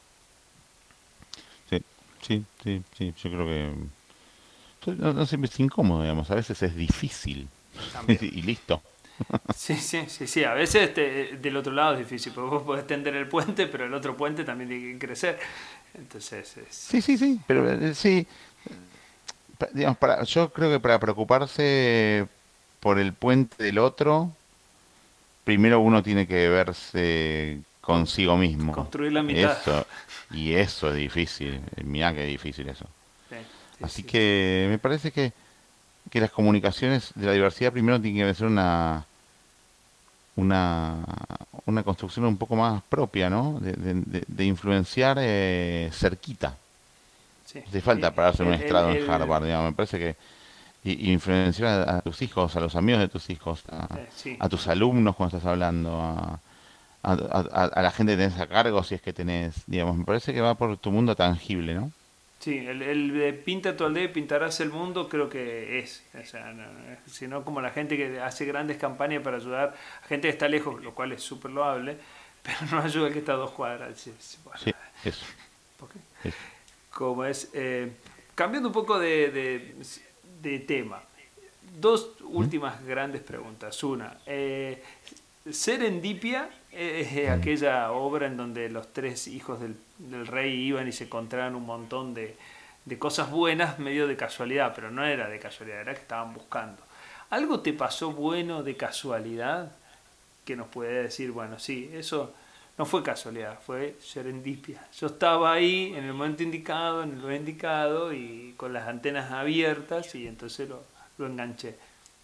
Sí, sí, sí, sí, yo creo que no, no siempre es incómodo, digamos, a veces es difícil También. y listo. Sí, sí, sí, sí. A veces te- del otro lado es difícil, porque vos podés tender el puente, pero el otro puente también tiene que crecer. Entonces, es, Sí, sí, sí, pero eh, sí, pa- digamos, para, yo creo que para preocuparse por el puente del otro, primero uno tiene que verse con- consigo mismo. construir la mitad. Eso, y eso es difícil, eh, mirá que es difícil eso. Sí, sí, Así sí, sí. que me parece que, que las comunicaciones de la diversidad primero tienen que ser una, una, una construcción un poco más propia, ¿no? De, de- de- de influenciar eh, cerquita. Sí. No hace Y falta para hacer un El, el, estrado en el- Harvard, digamos. Me parece que y- y influenciar a, a tus hijos, a los amigos de tus hijos, a, eh, sí. a tus alumnos cuando estás hablando, a, a, a- a la gente que tenés a cargo si es que tenés, digamos, me parece que va por tu mundo tangible, ¿no? Sí, el, el de pinta tu aldea y pintarás el mundo creo que es. O sea, no, no, sino como la gente que hace grandes campañas para ayudar a gente que está lejos, lo cual es súper loable, pero no ayuda al que está a dos cuadras. Sí, sí, bueno, Sí, eso, ¿por qué? eso. Como es, eh, cambiando un poco de, de- de tema, dos ¿Mm? últimas grandes preguntas. Una, eh, Serendipia es eh, Mm. aquella obra en donde los tres hijos del, del rey iban y se encontraban un montón de, de cosas buenas medio de casualidad, pero no era de casualidad, era que estaban buscando. ¿Algo te pasó bueno de casualidad que nos puede decir, bueno, sí, eso no fue casualidad, fue serendipia? Yo estaba ahí en el momento indicado, en el lugar indicado y con las antenas abiertas y entonces lo, lo enganché.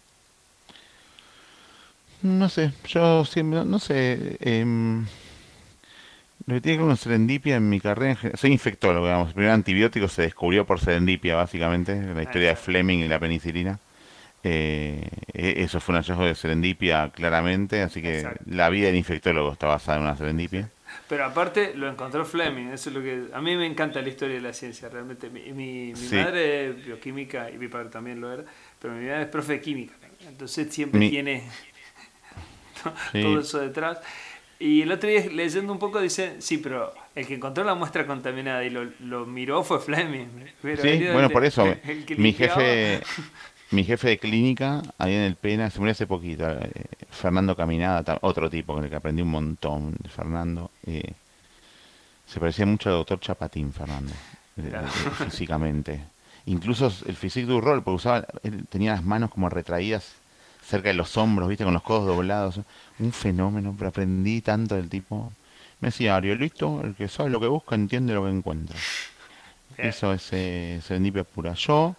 No sé, yo siempre, no, no sé, em, lo que tiene que ver con serendipia en mi carrera, en gen- soy infectólogo, digamos, el primer antibiótico se descubrió por serendipia, básicamente, la Ah, historia de exacto, Fleming y la penicilina. Eh, e- eso fue un hallazgo de serendipia, claramente, así que exacto. la vida del infectólogo está basada en una Sí. serendipia. Pero aparte lo encontró Fleming, eso es lo que... A mí me encanta la historia de la ciencia, realmente. Mi, mi, mi Sí, madre es bioquímica y mi padre también lo era, pero mi madre es profe de química. entonces siempre Mi, tiene todo sí, eso detrás. Y el otro día leyendo un poco dice, sí, pero el que encontró la muestra contaminada y lo, lo miró fue Fleming, pero sí, él era el, bueno, por de- eso, el que mi limpiaba. jefe, mi jefe de clínica, ahí en el Pena, se murió hace poquito, eh, Fernando Caminada, ta- otro tipo con el que aprendí un montón, Fernando, eh, se parecía mucho al doctor Chapatín, Fernando, de- Mirá. de- de- físicamente. Incluso el physique du rol, porque usaba, él tenía las manos como retraídas cerca de los hombros, viste, con los codos doblados. Un fenómeno, pero aprendí tanto del tipo. Me decía, Arielito, el que sabe lo que busca entiende lo que encuentra. Bien. Eso es eh, serendipia pura. Yo,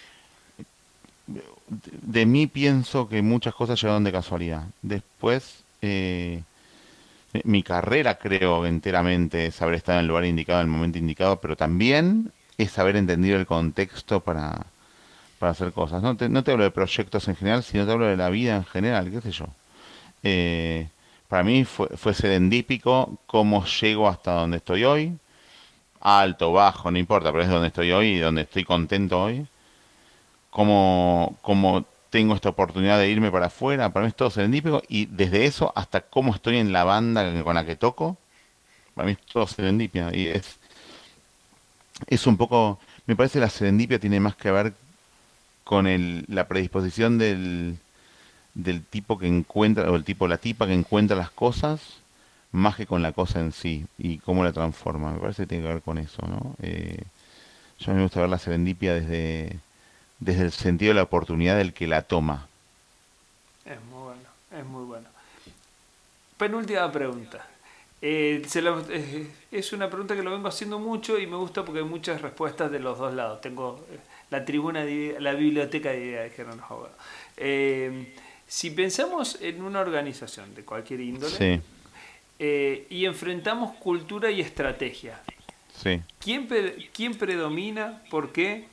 de mí pienso que muchas cosas llegaron de casualidad. Después, eh, mi carrera creo enteramente es haber estado en el lugar indicado, en el momento indicado, pero también es haber entendido el contexto para, para hacer cosas. No te, no te hablo de proyectos en general, sino te hablo de la vida en general, qué sé yo. Eh, para mí fue, fue serendípico cómo llego hasta donde estoy hoy. Alto, bajo, no importa, pero es donde estoy hoy y donde estoy contento hoy. Cómo, cómo tengo esta oportunidad de irme para afuera, para mí es todo serendípico. Y desde eso hasta cómo estoy en la banda con la que toco, para mí es todo serendipia. Y es, es un poco, me parece que la serendipia tiene más que ver con el, la predisposición del, del tipo que encuentra, o el tipo, la tipa que encuentra las cosas, más que con la cosa en sí y cómo la transforma. Me parece que tiene que ver con eso, ¿no? Eh, yo a mí me gusta ver la serendipia desde, desde el sentido de la oportunidad del que la toma. Es muy bueno, es muy bueno. Penúltima pregunta. Eh, se lo- eh, es una pregunta que lo vengo haciendo mucho y me gusta porque hay muchas respuestas de los dos lados. Tengo eh, la tribuna, de, la biblioteca de ideas, dijeron los abogados. Eh, si pensamos en una organización de cualquier índole Sí, eh, y enfrentamos cultura y estrategia, sí. ¿quién, pre- quién predomina? ¿Por qué?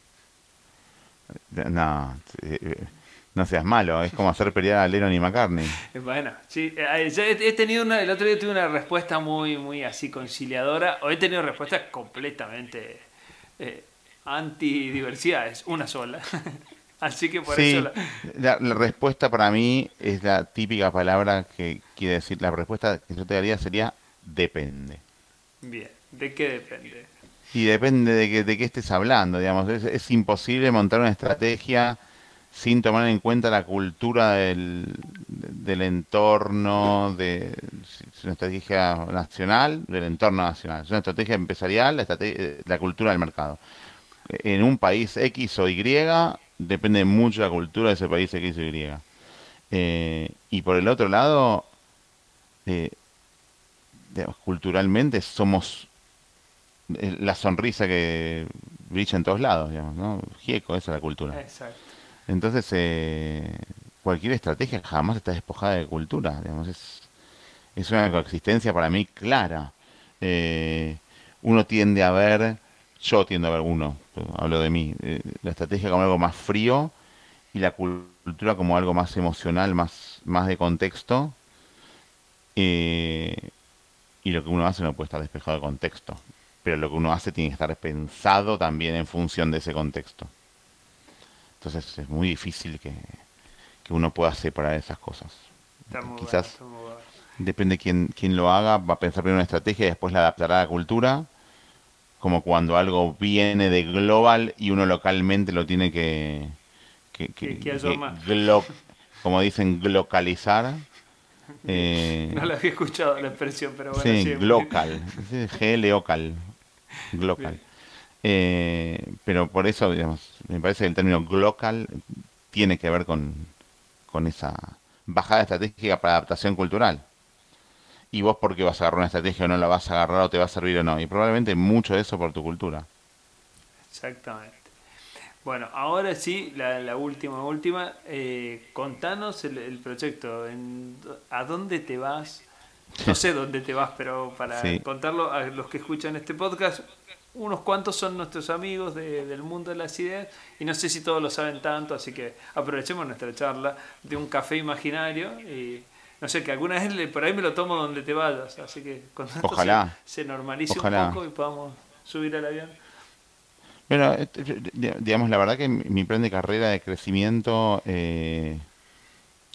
No, eh, no seas malo, es como hacer pelear a Lennon y McCartney. Eh, Bueno, sí, eh, ya he, he tenido una, el otro día tuve una respuesta muy, muy así conciliadora, o he tenido respuestas completamente eh, antidiversidad, es una sola. Así que por eso Sí, la... la, la respuesta para mí es la típica palabra que quiere decir, la respuesta que yo te daría sería depende. Bien, ¿de qué depende? Y depende de, que, de qué estés hablando, digamos. Es, es imposible montar una estrategia sin tomar en cuenta la cultura del, del entorno, de si es una estrategia nacional, del entorno nacional. Es una estrategia empresarial, la, estrate- la cultura del mercado. En un país X o Y depende mucho de la cultura de ese país X o Y. Eh, y por el otro lado, eh, digamos, culturalmente somos eh, la sonrisa que brilla en todos lados, digamos, ¿no? Gieco, esa es la cultura. Exacto. Entonces, eh, cualquier estrategia jamás está despojada de cultura, digamos, es, es una coexistencia para mí clara. Eh, uno tiende a ver, yo tiendo a ver, uno, hablo de mí, eh, la estrategia como algo más frío y la cultura como algo más emocional, más, más de contexto. eh, y lo que uno hace no puede estar despejado de contexto. Pero lo que uno hace tiene que estar pensado también en función de ese contexto. Entonces es muy difícil que, que uno pueda separar esas cosas. Está muy bueno, Quizás está muy bueno. depende de quién, quién lo haga, va a pensar primero una estrategia y después la adaptará a la cultura, como cuando algo viene de global y uno localmente lo tiene que, que, Que, que que- haya que más. glo- como dicen, localizar. Bien. Eh, No la había escuchado la expresión, pero bueno, sí, sí, muy glocal, sí, G L O C A L, glocal. bien. Eh, pero por eso, digamos, me parece que el término glocal tiene que ver con, con esa bajada estratégica para adaptación cultural. Y vos por qué vas a agarrar una estrategia o no la vas a agarrar o te va a servir o no. Y probablemente mucho de eso por tu cultura. Exactamente. Bueno, ahora sí, la, la última, última. Eh, contanos el, el proyecto. En, ¿a dónde te vas? No sé dónde te vas, pero para Sí, contarlo a los que escuchan este podcast, unos cuantos son nuestros amigos de- del mundo de las ideas y no sé si todos lo saben tanto, así que aprovechemos nuestra charla de un café imaginario y no sé, que alguna vez le- por ahí me lo tomo donde te vayas, así que cuando esto se, ojalá, se normalice un ojalá. poco y podamos subir al avión. Bueno, este, di- digamos, la verdad que mi mi plan de carrera de crecimiento eh,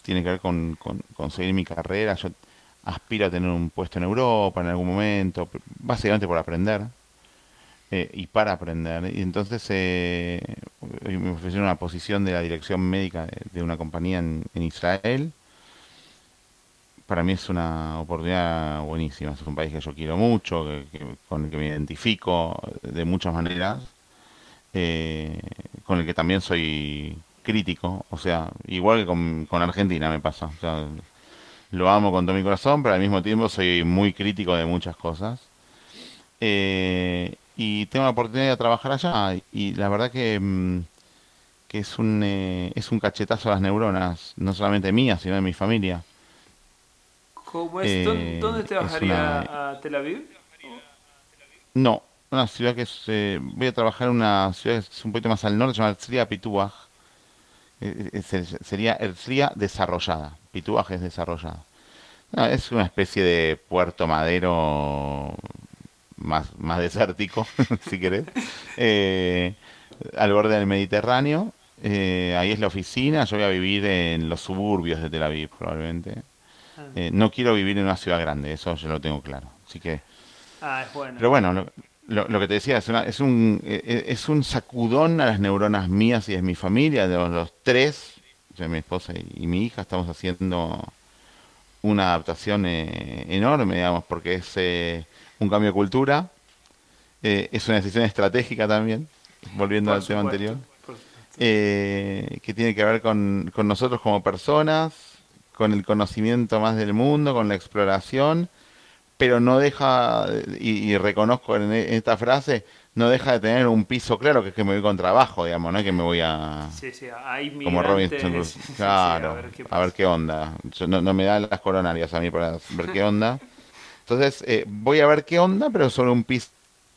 tiene que ver con, con, con seguir mi carrera. Yo aspiro a tener un puesto en Europa en algún momento, básicamente por aprender eh, y para aprender. Y entonces eh, me ofrecieron una posición de la dirección médica de, de una compañía en, en Israel. Para mí es una oportunidad buenísima. Es un país que yo quiero mucho, que, que- con el que me identifico de muchas maneras, eh, con el que también soy crítico. O sea, igual que con, con Argentina me pasa. O sea, lo amo con todo mi corazón, pero al mismo tiempo soy muy crítico de muchas cosas. Eh, y tengo la oportunidad de trabajar allá. Y la verdad que, mm, que es un, eh, es un cachetazo a las neuronas, no solamente mías, sino de mi familia. ¿Cómo es? ¿Dónde, Eh, dónde te es una... bajaría a Tel Aviv? No, una ciudad que es... eh, voy a trabajar en una ciudad que es un poquito más al norte, se llama Herzliya Pituach. Eh, eh, se- sería Herzliya desarrollada. Pituach es desarrollada. No, es una especie de Puerto Madero más, más desértico, si querés. Eh, al borde del Mediterráneo. Eh, ahí es la oficina. Yo voy a vivir en los suburbios de Tel Aviv, probablemente. Ah, Eh, no quiero vivir en una ciudad grande, eso yo lo tengo claro. Así que, ah, es bueno. pero bueno, lo, lo- lo que te decía es, una- es un eh, eh, es un sacudón a las neuronas mías y de mi familia, de los, los tres, o sea, mi esposa y, y mi hija, estamos haciendo una adaptación eh, enorme, digamos, porque es eh, un cambio de cultura, eh, es una decisión estratégica también, volviendo Por al tema supuesto, anterior, por supuesto. eh, que tiene que ver con, con nosotros como personas, con el conocimiento más del mundo, con la exploración, pero no deja, y, y reconozco en, e- en esta frase, no deja de tener un piso claro, que es que me voy con trabajo, digamos, no es que me voy a, Sí, sí, hay como Robinson migrantes. Crusoe. Sí, sí, a Claro, ver qué a ver pasa. qué onda. Yo no, no me dan las coronarias a mí para ver qué onda. Entonces, eh, voy a ver qué onda, pero sobre un piso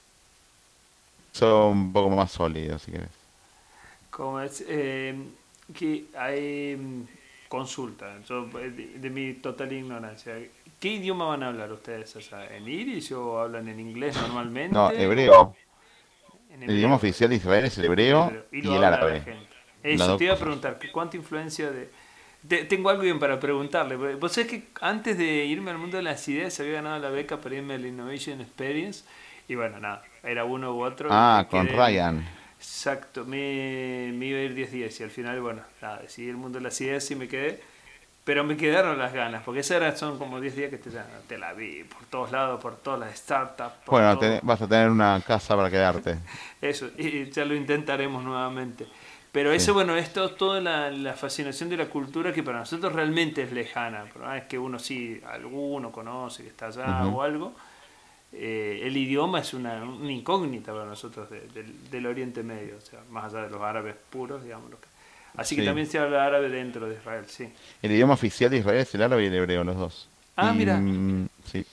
un poco más sólido, si querés. ¿Cómo es? Eh, que hay mm, consulta, yo, eh, de, de mi total ignorancia. ¿Qué idioma van a hablar ustedes? O sea, ¿en irish o hablan en inglés No, normalmente? O hebreo. en El idioma hebreo. oficial de Israel es el El hebreo hebreo. Y y lo el habla la árabe. gente. Las Eso, dos te iba a cosas. preguntar, ¿qué- ¿cuánta influencia de... te- tengo algo bien para preguntarle. Vos sabés que antes de irme al mundo de las ideas había ganado la beca para irme al Innovation Experience y bueno, nada, era uno u otro y me Ah, con quedé en... Ryan. Exacto, me, me iba a ir diez días y al final, bueno, nada, decidí el mundo de las ideas y me quedé. Pero me quedaron las ganas, porque esas eran, son como diez días que te, te la vi por todos lados, por todas las startups, por Bueno, te- todo. vas a tener una casa para quedarte. Eso, y ya lo intentaremos nuevamente. Pero eso, Sí. bueno, esto toda la, la fascinación de la cultura que para nosotros realmente es lejana. Pero ah, es que uno sí, alguno conoce que está allá Ujú. o algo. Eh, el idioma es una, una incógnita para nosotros de- del, del Oriente Medio, o sea, más allá de los árabes puros, digamos. Lo que- Así que Sí. también se habla árabe dentro de Israel, sí. El idioma oficial de Israel es el árabe y el hebreo, los dos. Ah, Y mira, mm, sí.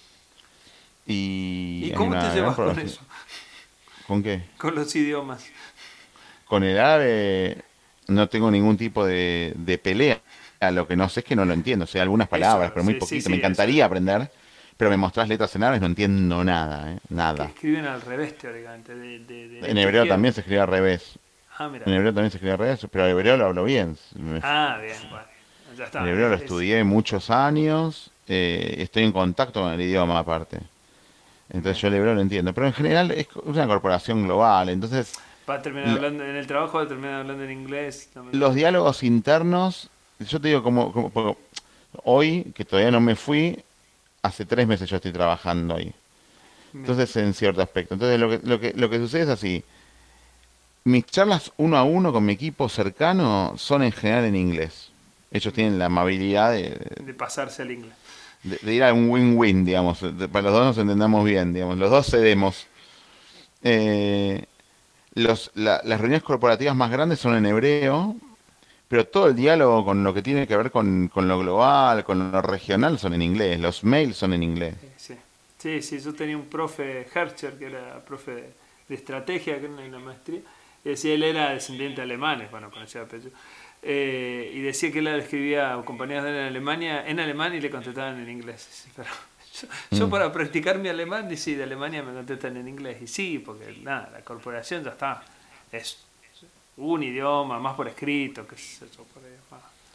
Y ¿y hay cómo te una gran llevas con población. eso? ¿Con qué? Con los idiomas. Con el árabe no tengo ningún tipo de, de pelea. Lo que no sé es que no lo entiendo. Sé algunas palabras, Eso, pero muy sí, sí, poquito. Me sí, eso. encantaría aprender, pero me mostrás letras en árabe, no entiendo nada, ¿eh? Que Nada. escriben al revés, teóricamente, de, de En derecha a hebreo izquierda. también se escribe al revés. Ah, mira. En hebreo también se escribe al revés, pero el hebreo lo hablo bien. Me- Ah, bien, bueno. Ya El está. hebreo Es, lo es- estudié muchos años. Eh, estoy en contacto con el idioma aparte. Entonces bien. yo el hebreo lo entiendo. Pero en general es co- una corporación global. Entonces Va a terminar l- hablando, en el trabajo va a terminar hablando en inglés. No me los imagino. diálogos internos, yo te digo como, como- como- hoy, que todavía no me fui, hace tres meses yo estoy trabajando ahí. Bien. Entonces, en cierto aspecto. Entonces, lo que, lo que, lo que sucede es así. Mis charlas uno a uno con mi equipo cercano son en general en inglés. Ellos Bien. tienen la amabilidad de, De pasarse al inglés. de- de ir a un win-win, digamos. de- para los dos nos entendamos bien, digamos. Los dos cedemos. Eh, los, la- las reuniones corporativas más grandes son en hebreo, pero todo el diálogo con lo que tiene que ver con, con lo global, con lo regional, son en inglés. Los mails son en inglés. Sí, sí. Sí, sí, yo tenía un profe, Hercher, que era profe de, de estrategia, que era una maestría, y decía, él era descendiente de alemanes, bueno, conocía apellido, eh, y decía que él escribía a compañeros de él en Alemania, en alemán y le contestaban en inglés. Sí, pero yo, yo Mm, para practicar mi alemán, y sí, de Alemania me contestan en inglés, y sí, porque nada, la corporación ya está, es un idioma, más por escrito, que sé yo, por ahí, más.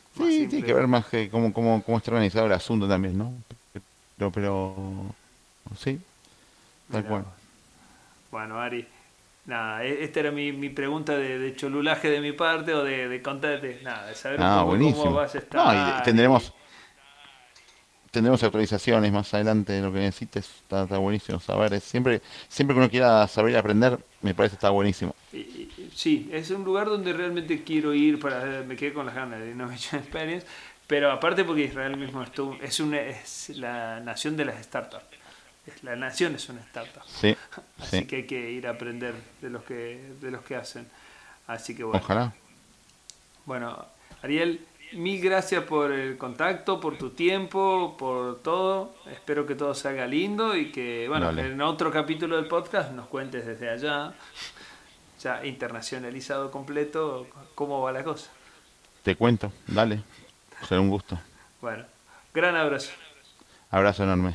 Más Sí, simple. tiene que ver más que cómo, cómo, cómo está organizado el asunto también, ¿no? Pero, pero sí, tal Mirá cual. vos. Bueno, Ari, nada, e- esta era mi, mi pregunta de, de cholulaje de mi parte o de, de contarte, nada, de saber un Ah, poco cómo buenísimo. vas a No, y estar y tendremos, tendremos actualizaciones más adelante de lo que necesites. Está, está buenísimo saber. Es siempre, siempre que uno quiera saber y aprender, me parece que está buenísimo. Y- y- sí, es un lugar donde realmente quiero ir para me quedé con las ganas de Innovation Experience, pero aparte porque Israel mismo estuvo, es una es la nación de las startups. Es, la nación es una startup. Sí, Así sí. que hay que ir a aprender de los que de los que hacen. Así que bueno. Ojalá. Bueno, Ariel, mil gracias por el contacto, por tu tiempo, por todo. Espero que todo salga lindo y que, bueno, Dale. en otro capítulo del podcast nos cuentes desde allá, ya internacionalizado completo, cómo va la cosa. Te cuento. Dale. Será un gusto. Bueno, gran abrazo. Abrazo enorme.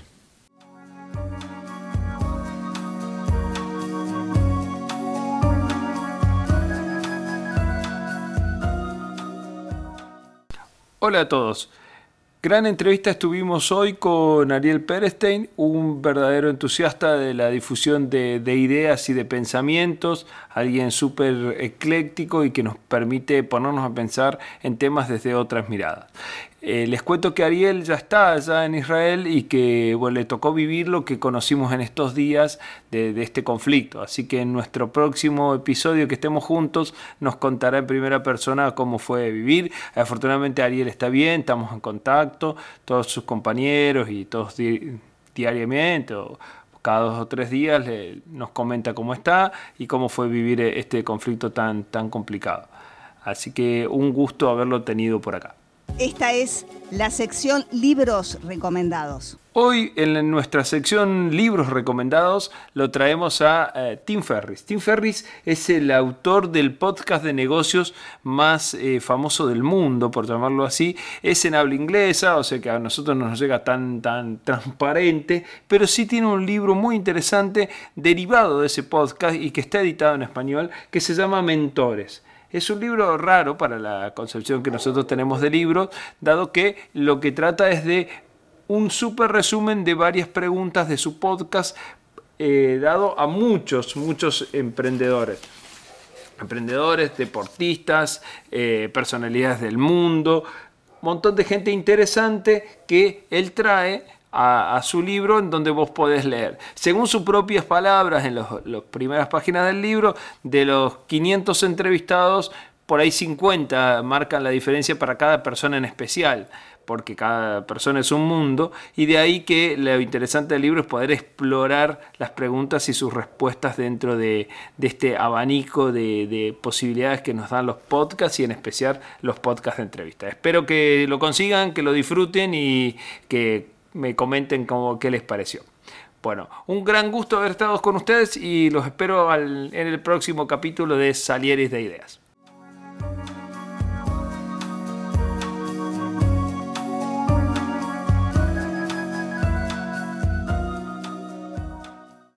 Hola a todos. Gran entrevista estuvimos hoy con Ariel Perestein, un verdadero entusiasta de la difusión de, de ideas y de pensamientos, alguien súper ecléctico y que nos permite ponernos a pensar en temas desde otras miradas. Eh, les cuento que Ariel ya está allá en Israel y que bueno, le tocó vivir lo que conocimos en estos días de, de este conflicto. Así que en nuestro próximo episodio que estemos juntos nos contará en primera persona cómo fue vivir. Afortunadamente Ariel está bien, estamos en contacto, todos sus compañeros y todos di- diariamente o cada dos o tres días le, nos comenta cómo está y cómo fue vivir este conflicto tan, tan complicado. Así que un gusto haberlo tenido por acá. Esta es la sección Libros Recomendados. Hoy en nuestra sección Libros Recomendados lo traemos a eh, Tim Ferriss. Tim Ferriss es el autor del podcast de negocios más eh, famoso del mundo, por llamarlo así. Es en habla inglesa, o sea que a nosotros no nos llega tan, tan transparente, pero sí tiene un libro muy interesante derivado de ese podcast y que está editado en español, que se llama Mentores. Es un libro raro para la concepción que nosotros tenemos de libros, dado que lo que trata es de un súper resumen de varias preguntas de su podcast, eh, dado a muchos, muchos emprendedores. Emprendedores, deportistas, eh, personalidades del mundo, un montón de gente interesante que él trae A, a su libro en donde vos podés leer. Según sus propias palabras, en las primeras páginas del libro, de los quinientos entrevistados, por ahí cincuenta marcan la diferencia para cada persona en especial, porque cada persona es un mundo, y de ahí que lo interesante del libro es poder explorar las preguntas y sus respuestas dentro de, de este abanico de, de posibilidades que nos dan los podcasts y en especial los podcasts de entrevista. Espero que lo consigan, que lo disfruten y que me comenten cómo, qué les pareció. Bueno, un gran gusto haber estado con ustedes y los espero al, en el próximo capítulo de Salieres de Ideas.